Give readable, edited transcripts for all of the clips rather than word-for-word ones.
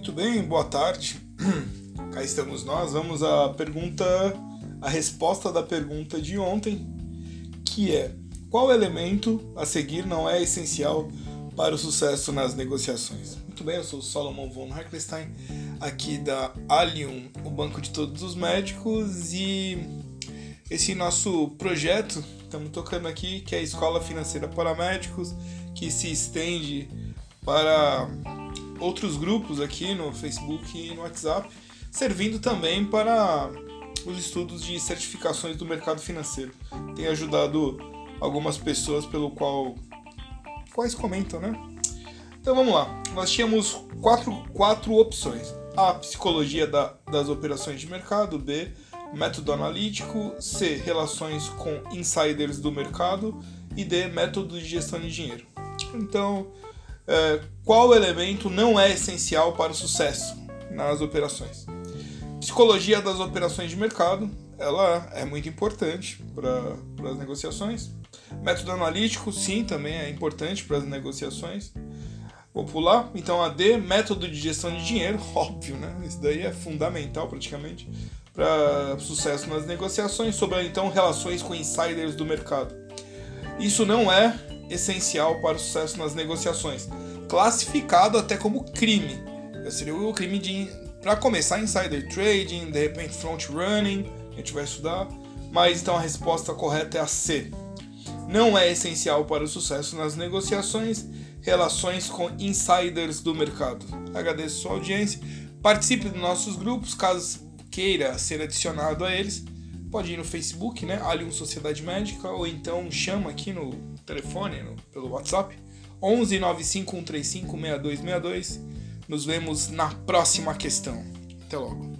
Muito bem, boa tarde. Cá estamos nós. Vamos à resposta da pergunta de ontem, que é: qual elemento a seguir não é essencial para o sucesso nas negociações? Muito bem, eu sou o Solomon von Herklestein, aqui da Allium, o banco de todos os médicos, e esse nosso projeto, estamos tocando aqui, que é a Escola Financeira para Médicos, que se estende para outros grupos aqui no Facebook e no WhatsApp, servindo também para os estudos de certificações do mercado financeiro. Tem ajudado algumas pessoas quais comentam, né? Então vamos lá. Nós tínhamos quatro opções: A, psicologia das operações de mercado; B, método analítico; C, relações com insiders do mercado; e D, método de gestão de dinheiro. Então, qual elemento não é essencial para o sucesso nas operações? Psicologia das operações de mercado, ela é muito importante para as negociações. Método analítico, sim, também é importante para as negociações. Vou pular. Então, a D, método de gestão de dinheiro, óbvio, né? Isso daí é fundamental praticamente para sucesso nas negociações. Sobre, então, relações com insiders do mercado. Isso não é essencial para o sucesso nas negociações. Classificado até como crime. Seria o crime para começar, insider trading, de repente front running, a gente vai estudar. Mas então a resposta correta é a C. Não é essencial para o sucesso nas negociações, relações com insiders do mercado. Agradeço a sua audiência. Participe dos nossos grupos, caso queira ser adicionado a eles. Pode ir no Facebook, né? Allium Sociedade Médica, ou então chama aqui no telefone, pelo WhatsApp, 11 95 135 6262. Nos vemos na próxima questão. Até logo.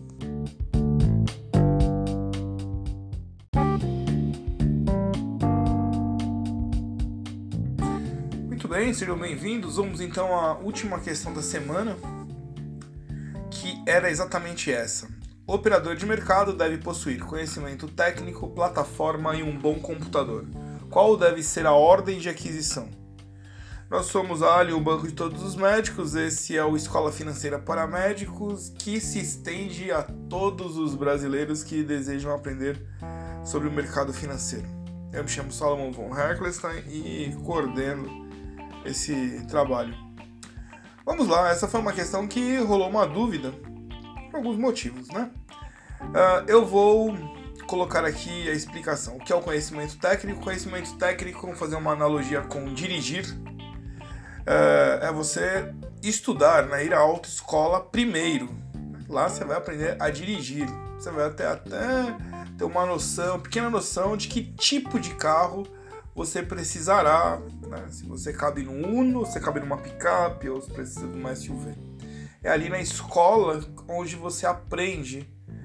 Muito bem, sejam bem-vindos. Vamos então à última questão da semana, que era exatamente essa. O operador de mercado deve possuir conhecimento técnico, plataforma e um bom computador. Qual deve ser a ordem de aquisição? Nós somos a Allium, o banco de todos os médicos. Esse é o Escola Financeira para Médicos, que se estende a todos os brasileiros que desejam aprender sobre o mercado financeiro. Eu me chamo Solomon von Herklestein e coordeno esse trabalho. Vamos lá, essa foi uma questão que rolou uma dúvida por alguns motivos, né? Eu vou colocar aqui a explicação. O que é o conhecimento técnico? Conhecimento técnico, vamos fazer uma analogia com dirigir. É você estudar, né? Ir à autoescola primeiro. Lá você vai aprender a dirigir. Você vai até ter uma noção, pequena noção de que tipo de carro você precisará, né? Se você cabe no Uno, se cabe numa picape ou se precisa de uma SUV. É ali na escola onde você aprende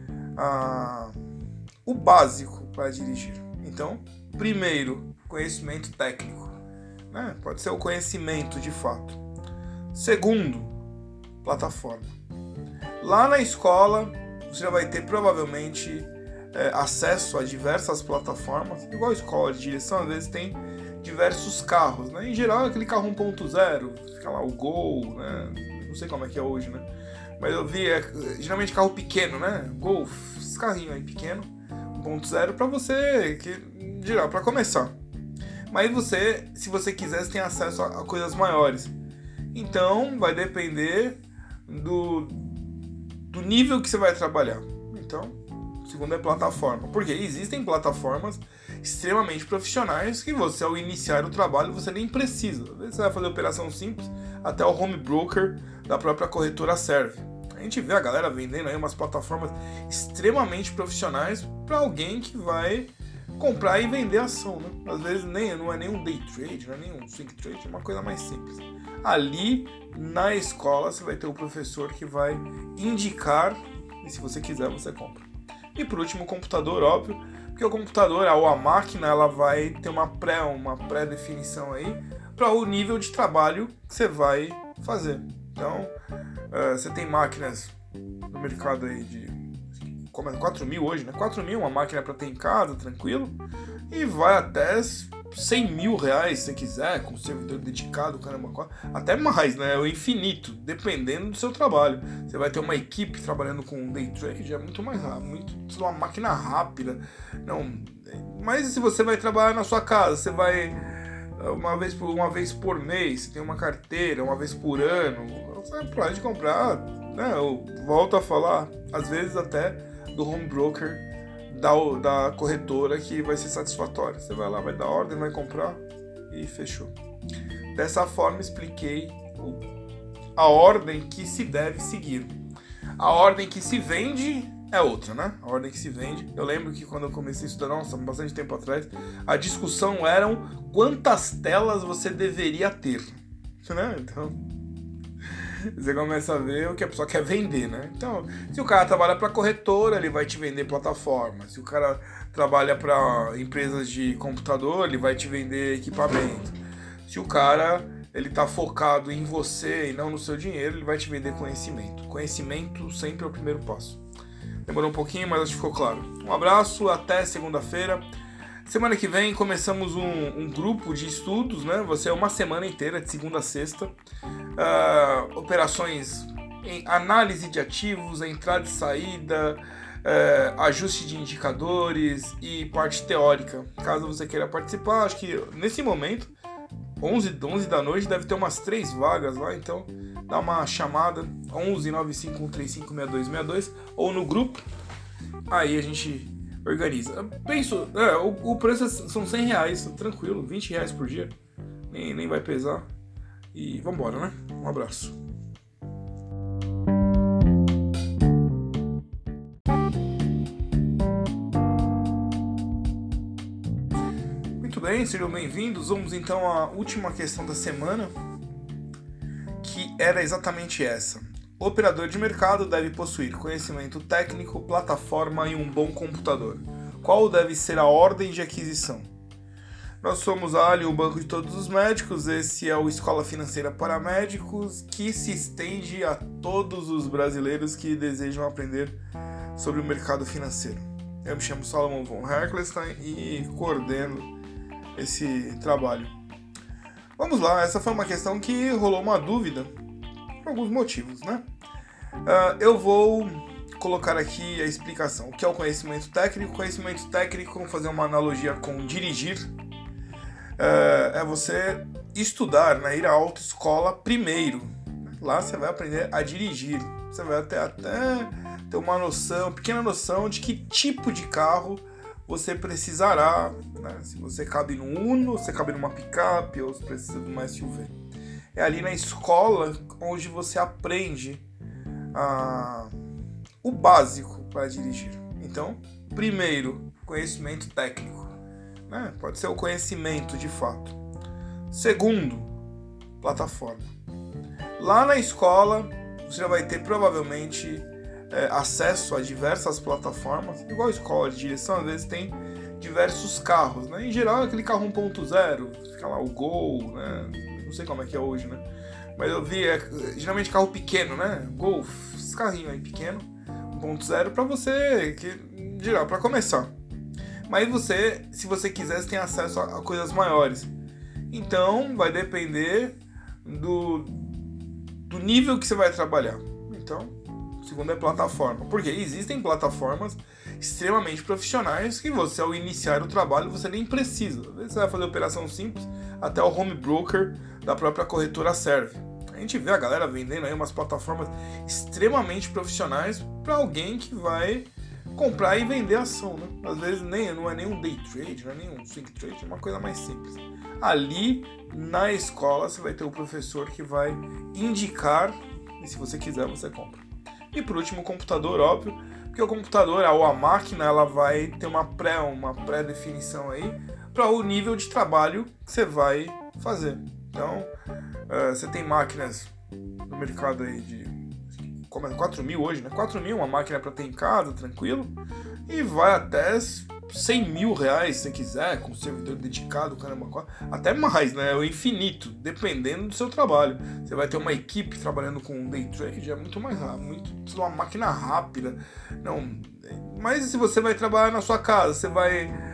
o básico para dirigir. Então, primeiro, conhecimento técnico, né? Pode ser o conhecimento de fato. Segundo, plataforma. Lá na escola, você já vai ter provavelmente acesso a diversas plataformas. Igual a escola de direção, às vezes tem diversos carros, né? Em geral, aquele carro 1.0, fica lá o Gol, né? Não sei como é que é hoje, né? Mas eu vi, geralmente carro pequeno, né? Golf, esses carrinhos aí pequeno, 1.0, pra você, em geral, pra começar. Mas você, se você quiser, você tem acesso a coisas maiores. Então, vai depender do nível que você vai trabalhar. Então, segundo é plataforma. Porque existem plataformas extremamente profissionais que você, ao iniciar o trabalho, você nem precisa. Às vezes você vai fazer operação simples, até o home broker da própria corretora serve. A gente vê a galera vendendo aí umas plataformas extremamente profissionais para alguém que vai comprar e vender ação, né? Às vezes não é nem um day trade, não é nem um swing trade, é uma coisa mais simples. Ali na escola você vai ter o professor que vai indicar, e se você quiser você compra. E por último, o computador, óbvio, porque o computador ou a máquina ela vai ter uma pré-definição aí para o nível de trabalho que você vai fazer. Então, você tem máquinas no mercado aí de 4.000 hoje, né? 4.000 uma máquina para ter em casa, tranquilo, e vai até R$100.000 se você quiser, com servidor dedicado, caramba, até mais, né? É o infinito, dependendo do seu trabalho. Você vai ter uma equipe trabalhando com day trade, é muito mais rápido, uma máquina rápida. Não, mas se você vai trabalhar na sua casa, você vai uma vez por mês, você tem uma carteira, uma vez por ano, você pode comprar, né? Eu volto a falar, às vezes até do home broker da corretora, que vai ser satisfatório. Você vai lá, vai dar ordem, vai comprar e fechou. Dessa forma expliquei a ordem que se deve seguir. A ordem que se vende é outra, né? A ordem que se vende. Eu lembro que quando eu comecei a estudar, nossa, bastante tempo atrás, a discussão era quantas telas você deveria ter, né? Então, você começa a ver o que a pessoa quer vender, né? Então, se o cara trabalha para corretora, ele vai te vender plataforma. Se o cara trabalha para empresas de computador, ele vai te vender equipamento. Se o cara ele tá focado em você e não no seu dinheiro, ele vai te vender conhecimento. Conhecimento sempre é o primeiro passo. Demorou um pouquinho, mas acho que ficou claro. Um abraço, até segunda-feira. Semana que vem começamos um grupo de estudos, né? Você é uma semana inteira, de segunda a sexta. Operações em análise de ativos, entrada e saída, ajuste de indicadores e parte teórica. Caso você queira participar, acho que nesse momento, 11 da noite, deve ter umas 3 vagas lá, então dá uma chamada, 11 95135 6262, ou no grupo, aí a gente organiza. Eu penso, o preço são R$100, tranquilo, R$20 por dia, nem vai pesar, e vambora, né? Um abraço. Muito bem, sejam bem-vindos. Vamos então à última questão da semana, que era exatamente essa. O operador de mercado deve possuir conhecimento técnico, plataforma e um bom computador. Qual deve ser a ordem de aquisição? Nós somos a Ali, o banco de todos os médicos. Esse é o Escola Financeira para Médicos, que se estende a todos os brasileiros que desejam aprender sobre o mercado financeiro. Eu me chamo Salomon von Herklestein e coordeno esse trabalho. Vamos lá, essa foi uma questão que rolou uma dúvida por alguns motivos, né? Eu vou colocar aqui a explicação. O que é o conhecimento técnico? Conhecimento técnico, vamos fazer uma analogia com dirigir. É você estudar, né? Ir à autoescola primeiro. Lá você vai aprender a dirigir. Você vai até ter uma noção, pequena noção de que tipo de carro você precisará, né? Se você cabe no Uno, se cabe numa picape ou se precisa de uma SUV. É ali na escola onde você aprende o básico para dirigir. Então, primeiro, conhecimento técnico, né? Pode ser o conhecimento de fato. Segundo, plataforma. Lá na escola, você já vai ter provavelmente acesso a diversas plataformas, igual a escola de direção, às vezes tem diversos carros, né? Em geral, aquele carro 1.0, fica lá o Gol, né? Não sei como é que é hoje, né? Mas eu vi, geralmente carro pequeno, né? Golf, esses carrinhos aí pequeno, 1.0, pra você, que geral, pra começar. Mas você, se você quiser, você tem acesso a coisas maiores. Então, vai depender do nível que você vai trabalhar. Então, segundo é plataforma. Porque existem plataformas extremamente profissionais que você, ao iniciar o trabalho, você nem precisa. Às vezes você vai fazer operação simples, até o home broker da própria corretora serve. A gente vê a galera vendendo aí umas plataformas extremamente profissionais para alguém que vai comprar e vender ação, né? Às vezes não é nem um day trade, não é nem um swing trade, é uma coisa mais simples. Ali na escola você vai ter o professor que vai indicar, e se você quiser você compra. E por último, o computador, óbvio, porque o computador ou a máquina ela vai ter uma pré-definição aí para o nível de trabalho que você vai fazer. Então, você tem máquinas no mercado aí de 4.000 hoje, né? 4.000, uma máquina para ter em casa, tranquilo, e vai até R$100.000 se você quiser, com servidor dedicado, caramba, até mais, né? É o infinito, dependendo do seu trabalho. Você vai ter uma equipe trabalhando com day trade, é muito mais rápido, uma máquina rápida. Não, mas se você vai trabalhar na sua casa, você vai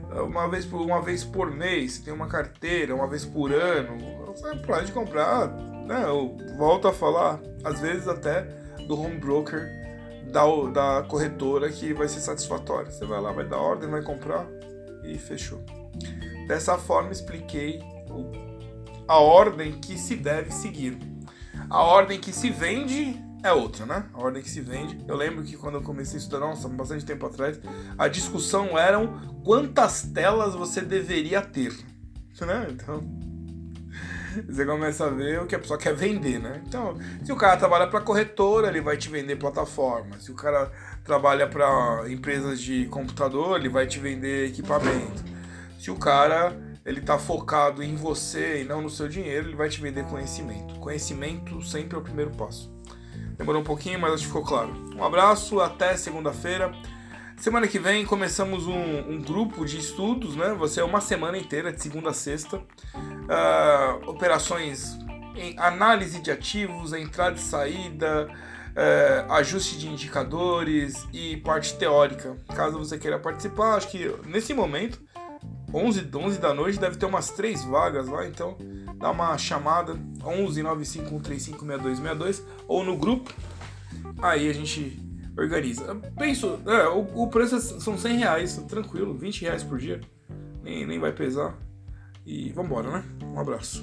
uma vez por mês, você tem uma carteira, uma vez por ano, você pode comprar, né? Eu volto a falar, às vezes até do home broker da corretora, que vai ser satisfatório. Você vai lá, vai dar ordem, vai comprar e fechou. Dessa forma expliquei a ordem que se deve seguir. A ordem que se vende é outra, né? A ordem que se vende. Eu lembro que quando eu comecei a estudar, nossa, bastante tempo atrás, a discussão era quantas telas você deveria ter, né? Então, você começa a ver o que a pessoa quer vender, né? Então, se o cara trabalha para corretora, ele vai te vender plataforma. Se o cara trabalha para empresas de computador, ele vai te vender equipamento. Se o cara ele tá focado em você e não no seu dinheiro, ele vai te vender conhecimento. Conhecimento sempre é o primeiro passo. Demorou um pouquinho, mas acho que ficou claro. Um abraço, até segunda-feira. Semana que vem começamos um grupo de estudos, né? Você é uma semana inteira, de segunda a sexta. Operações em análise de ativos, entrada e saída, ajuste de indicadores e parte teórica. Caso você queira participar, acho que nesse momento 11 da noite, deve ter umas 3 vagas lá, então dá uma chamada 11 951356262 ou no grupo, aí a gente organiza. Eu penso, o preço são R$100, tranquilo, R$20 por dia, nem vai pesar, e vambora, né? Um abraço.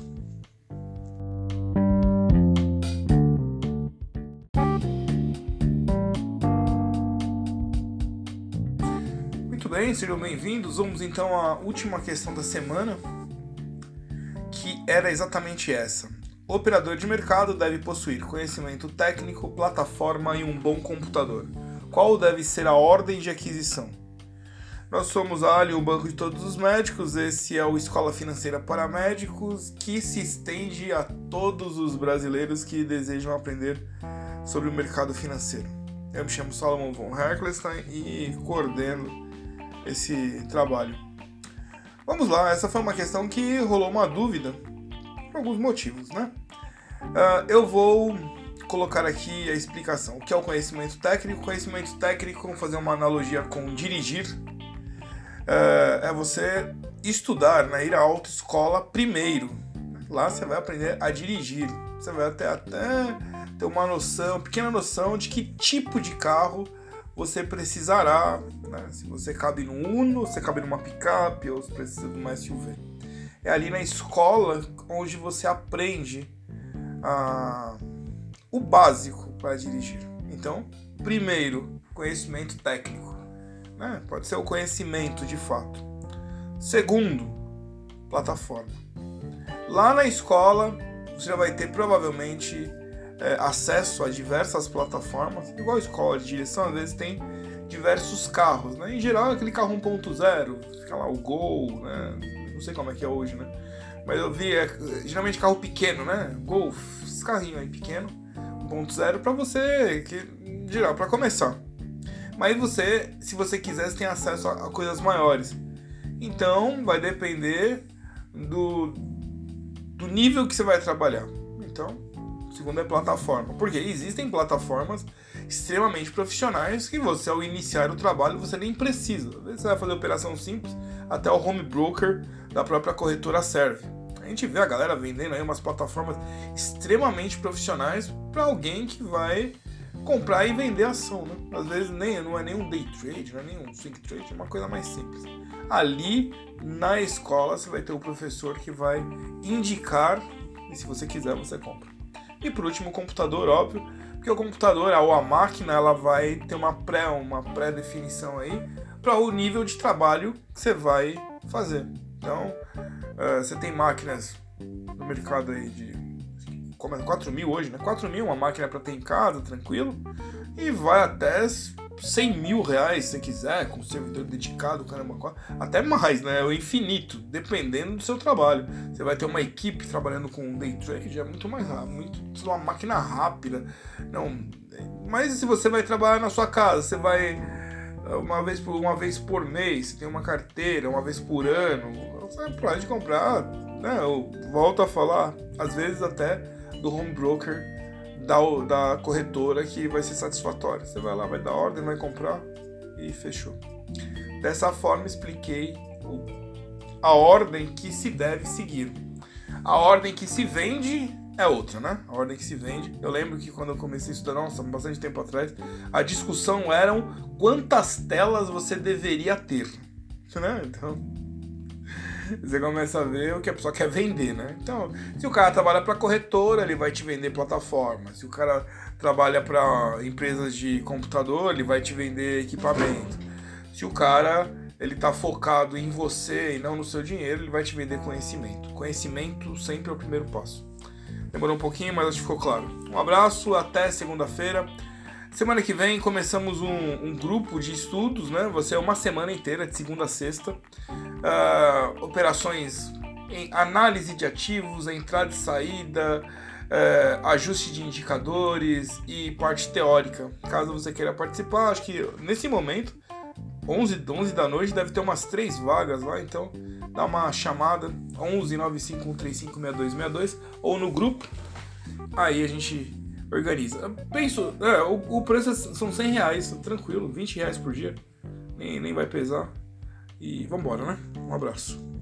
Muito bem, sejam bem-vindos. Vamos então à última questão da semana, que era exatamente essa. O operador de mercado deve possuir conhecimento técnico, plataforma e um bom computador. Qual deve ser a ordem de aquisição? Nós somos a Ali, o banco de todos os médicos. Esse é o Escola Financeira para Médicos, que se estende a todos os brasileiros que desejam aprender sobre o mercado financeiro. Eu me chamo Salomon von Herklestein e coordeno esse trabalho. Vamos lá, essa foi uma questão que rolou uma dúvida por alguns motivos, né? Eu vou colocar aqui a explicação. O que é o conhecimento técnico? Conhecimento técnico, vamos fazer uma analogia com dirigir, é você estudar, né? Ir à autoescola primeiro. Lá você vai aprender a dirigir. Você vai até ter uma noção, pequena noção de que tipo de carro você precisará, né? Se você cabe no Uno, você cabe numa picape ou você precisa de uma SUV. É ali na escola onde você aprende o básico para dirigir. Então, primeiro, conhecimento técnico, né? Pode ser o conhecimento de fato. Segundo, plataforma. Lá na escola, você já vai ter provavelmente acesso a diversas plataformas, igual a escola de direção, às vezes tem diversos carros, né? Em geral, aquele carro 1.0, fica lá o Gol, né? Não sei como é que é hoje, né? Mas eu vi, geralmente carro pequeno, né? Golf, esse carrinho aí pequeno, 1.0, pra você, em geral, pra começar. Mas você, se você quiser, você tem acesso a coisas maiores. Então, vai depender do nível que você vai trabalhar. Então, segundo é plataforma. Porque existem plataformas extremamente profissionais que você, ao iniciar o trabalho, você nem precisa. Às vezes você vai fazer operação simples, até o home broker da própria corretora serve. A gente vê a galera vendendo aí umas plataformas extremamente profissionais para alguém que vai comprar e vender ação, né? Às vezes não é nem um day trade, não é nem um swing trade, é uma coisa mais simples. Ali na escola você vai ter o professor que vai indicar e se você quiser você compra. E por último o computador, óbvio, porque o computador ou a máquina ela vai ter uma pré-definição aí para o nível de trabalho que você vai fazer. Então, você tem máquinas no mercado aí de 4 mil hoje, né? 4 mil, uma máquina para ter em casa, tranquilo, e vai até 100 mil reais se você quiser, com servidor dedicado, caramba, até mais, né? É o infinito, dependendo do seu trabalho. Você vai ter uma equipe trabalhando com day trade, é muito mais rápido, uma máquina rápida. Não, mas se você vai trabalhar na sua casa, você vai uma vez por mês, você tem uma carteira, uma vez por ano, você pode comprar, né? Eu volto a falar, às vezes até do home broker da corretora, que vai ser satisfatório. Você vai lá, vai dar ordem, vai comprar e fechou. Dessa forma expliquei a ordem que se deve seguir. A ordem que se vende é outra, né? A ordem que se vende. Eu lembro que quando eu comecei a estudar, nossa, bastante tempo atrás, a discussão era quantas telas você deveria ter, né? Então, você começa a ver o que a pessoa quer vender, né? Então, se o cara trabalha para corretora, ele vai te vender plataforma. Se o cara trabalha para empresas de computador, ele vai te vender equipamento. Se o cara ele tá focado em você e não no seu dinheiro, ele vai te vender conhecimento. Conhecimento sempre é o primeiro passo. Demorou um pouquinho, mas acho que ficou claro. Um abraço, até segunda-feira. Semana que vem começamos um grupo de estudos, né? Vai ser uma semana inteira, de segunda a sexta. Operações em análise de ativos, entrada e saída, ajuste de indicadores e parte teórica. Caso você queira participar, acho que nesse momento, 11 da noite, deve ter umas 3 vagas lá, então dá uma chamada, 11 951356262, ou no grupo, aí a gente organiza. Penso, o preço são R$100, tranquilo, R$20 por dia, nem vai pesar, e vambora, né? Um abraço.